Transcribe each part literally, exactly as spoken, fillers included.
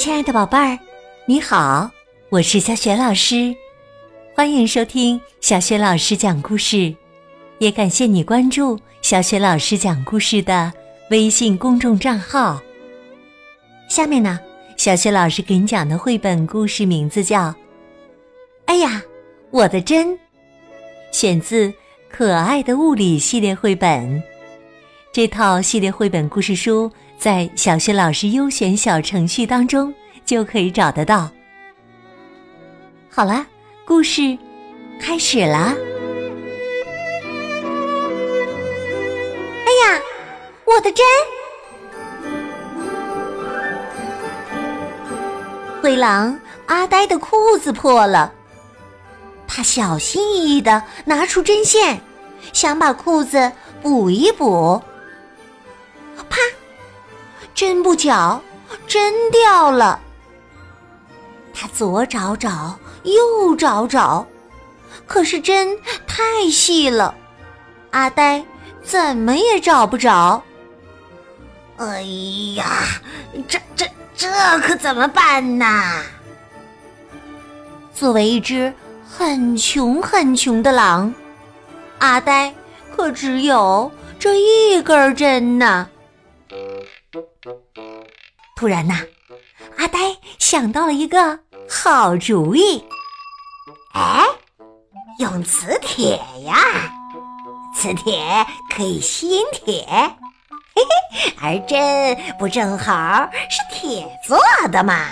亲爱的宝贝儿，你好，我是小雪老师，欢迎收听小雪老师讲故事，也感谢你关注小雪老师讲故事的微信公众账号。下面呢，小雪老师给你讲的绘本故事名字叫《哎呀，我的针》，选自《可爱的物理》系列绘本。这套系列绘本故事书在小雪老师优选小程序当中就可以找得到。好了，故事开始了。 哎呀，我的针！灰狼阿呆的裤子破了，他小心翼翼地拿出针线，想把裤子补一补。啪！真不巧，针掉了。他左找找，右找找，可是针太细了，阿呆怎么也找不着。 哎呀，这这这可怎么办呢？ 作为一只很穷很穷的狼，阿呆可只有这一根针呢。突然呐，阿呆想到了一个好主意。 哎，用磁铁呀，磁铁可以吸引铁，嘿嘿，而针不正好是铁做的吗？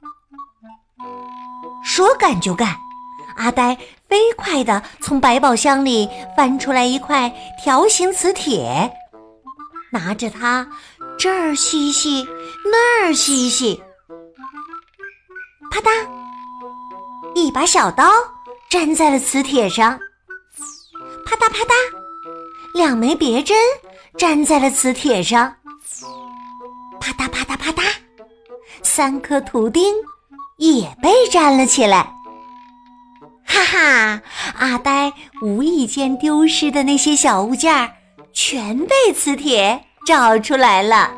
说干就干，阿呆飞快地从百宝箱里翻出来一块条形磁铁，拿着它这儿吸吸那儿吸吸，啪嗒，一把小刀粘在了磁铁上，啪嗒啪嗒，两枚别针粘在了磁铁上，啪嗒啪嗒啪嗒，三颗图钉也被粘了起来。哈哈，阿呆无意间丢失的那些小物件全被磁铁找出来了。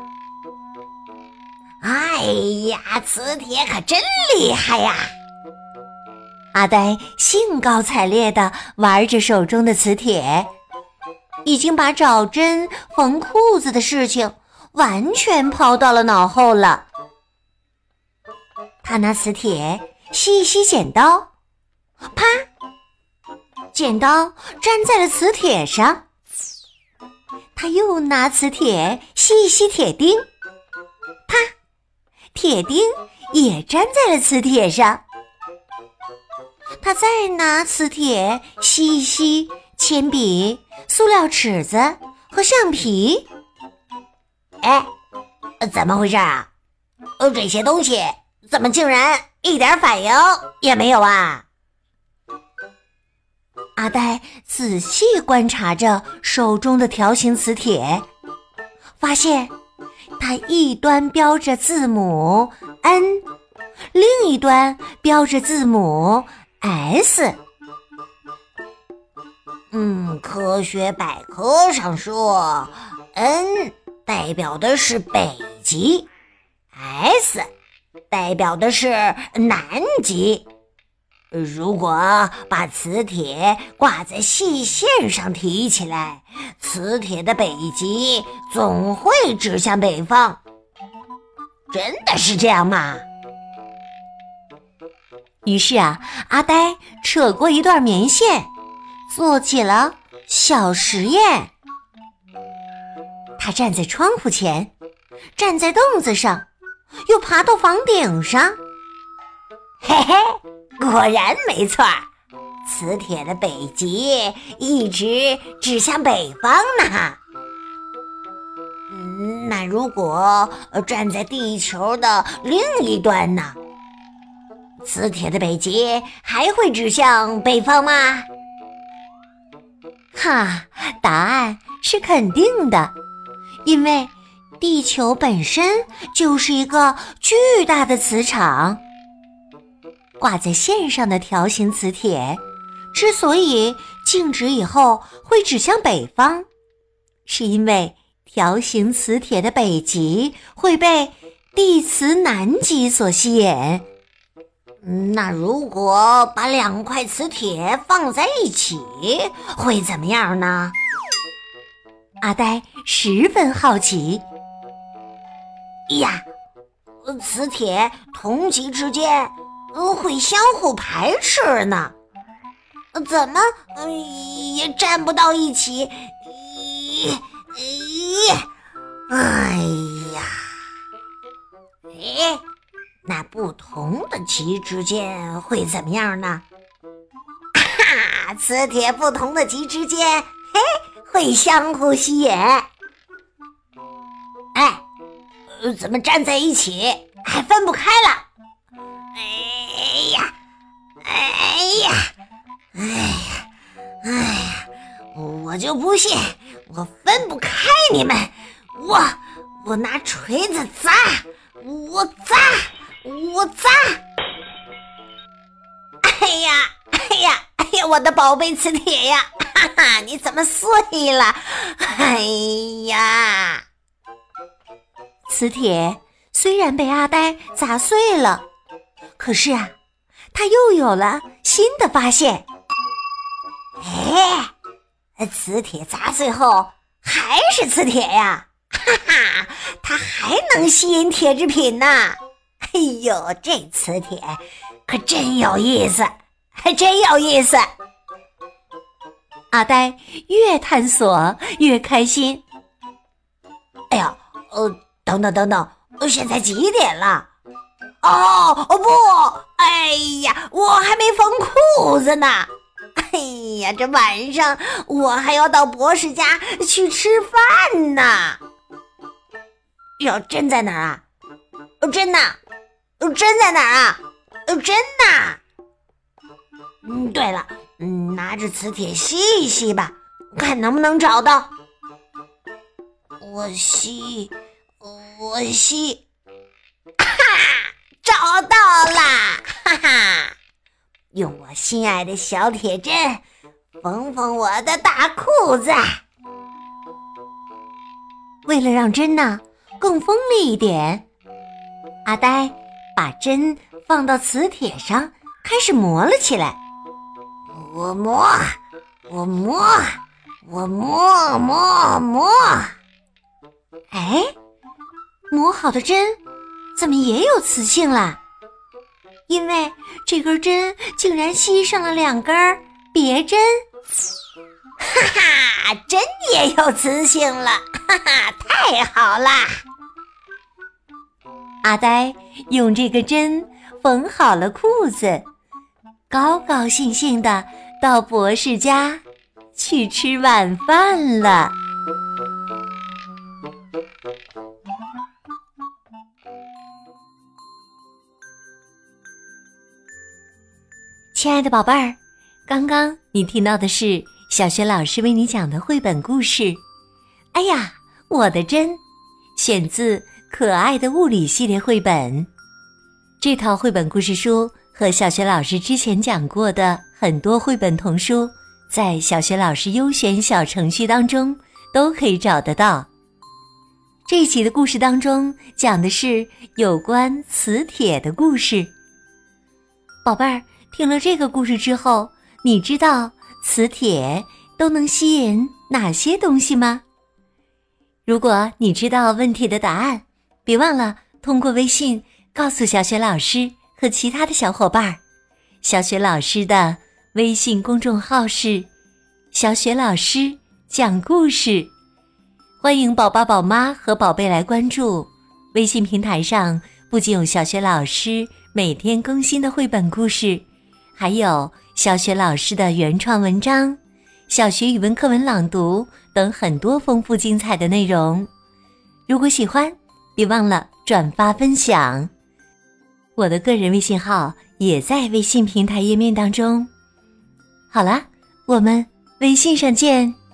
哎呀，磁铁可真厉害呀！ 阿呆兴高采烈地玩着手中的磁铁，已经把找针缝裤子的事情完全抛到了脑后了。他拿磁铁吸一吸剪刀，啪，剪刀粘在了磁铁上。他又拿磁铁吸一吸铁钉，啪，铁钉也粘在了磁铁上。他再拿磁铁吸一吸铅笔、塑料尺子和橡皮。 哎，怎么回事啊？呃，这些东西怎么竟然一点反应也没有啊？ 阿呆仔细观察着手中的条形磁铁，发现它一端标着字母 N， 另一端标着字母 S。 嗯，科学百科上说 N 代表的是北极， S 代表的是南极。如果把磁铁挂在细线上提起来，磁铁的北极总会指向北方。真的是这样吗？ 于是啊，阿呆扯过一段棉线，做起了小实验。他站在窗户前，站在凳子上，又爬到房顶上。 嘿嘿，果然没错，磁铁的北极一直指向北方呢。嗯，那如果站在地球的另一端呢？磁铁的北极还会指向北方吗？ 哈，答案是肯定的，因为地球本身就是一个巨大的磁场。挂在线上的条形磁铁之所以静止以后会指向北方，是因为条形磁铁的北极会被地磁南极所吸引。 那如果把两块磁铁放在一起，会怎么样呢？ 阿呆十分好奇。 呀，磁铁同极之间会相互排斥呢，怎么也站不到一起？哎呀，哎，那不同的极之间会怎么样呢？哈，磁铁不同的极之间，嘿，会相互吸引。哎，怎么站在一起还分不开了？哎呀，哎呀，哎呀，哎呀，我就不信我分不开你们！我我拿锤子砸，我砸，我砸！哎呀，哎呀，哎呀，我的宝贝磁铁呀，哈哈，你怎么碎了？哎呀！ 磁铁虽然被阿呆砸碎了，可是啊，他又有了新的发现。 哎，磁铁砸碎后还是磁铁呀，哈哈，它还能吸引铁制品呢。哎呦，这磁铁可真有意思，还真有意思。 阿呆越探索越开心。 哎呀，呃，等等等等，现在几点了？哦哦不，哎呀，我还没缝裤子呢。哎呀，这晚上我还要到博士家去吃饭呢。哟，针在哪儿啊？针呢？针在哪儿啊？针呢？嗯，对了，嗯，拿着磁铁吸一吸吧，看能不能找到。我吸，我吸，哈，找到啦！哈哈，用我心爱的小铁针缝缝我的大裤子。 为了让针呢更锋利一点，阿呆把针放到磁铁上，开始磨了起来。 我磨，我磨，我磨磨磨。 哎，磨好的针怎么也有磁性了？因为这根针竟然吸上了两根别针。 哈哈，针也有磁性了，哈哈，太好啦！ 阿呆用这个针缝好了裤子，高高兴兴地到博士家去吃晚饭了。亲爱的宝贝儿，刚刚你听到的是小学老师为你讲的绘本故事。哎呀，我的针，选自可爱的物理系列绘本。这套绘本故事书和小学老师之前讲过的很多绘本童书，在小学老师优选小程序当中都可以找得到。这一期的故事当中讲的是有关磁铁的故事。宝贝儿，听了这个故事之后，你知道磁铁都能吸引哪些东西吗？如果你知道问题的答案，别忘了通过微信告诉小雪老师和其他的小伙伴。小雪老师的微信公众号是小雪老师讲故事，欢迎宝宝宝妈和宝贝来关注。微信平台上不仅有小雪老师每天更新的绘本故事，还有小雪老师的原创文章、小学语文课文朗读等很多丰富精彩的内容。如果喜欢，别忘了转发分享。我的个人微信号也在微信平台页面当中。好了，我们微信上见。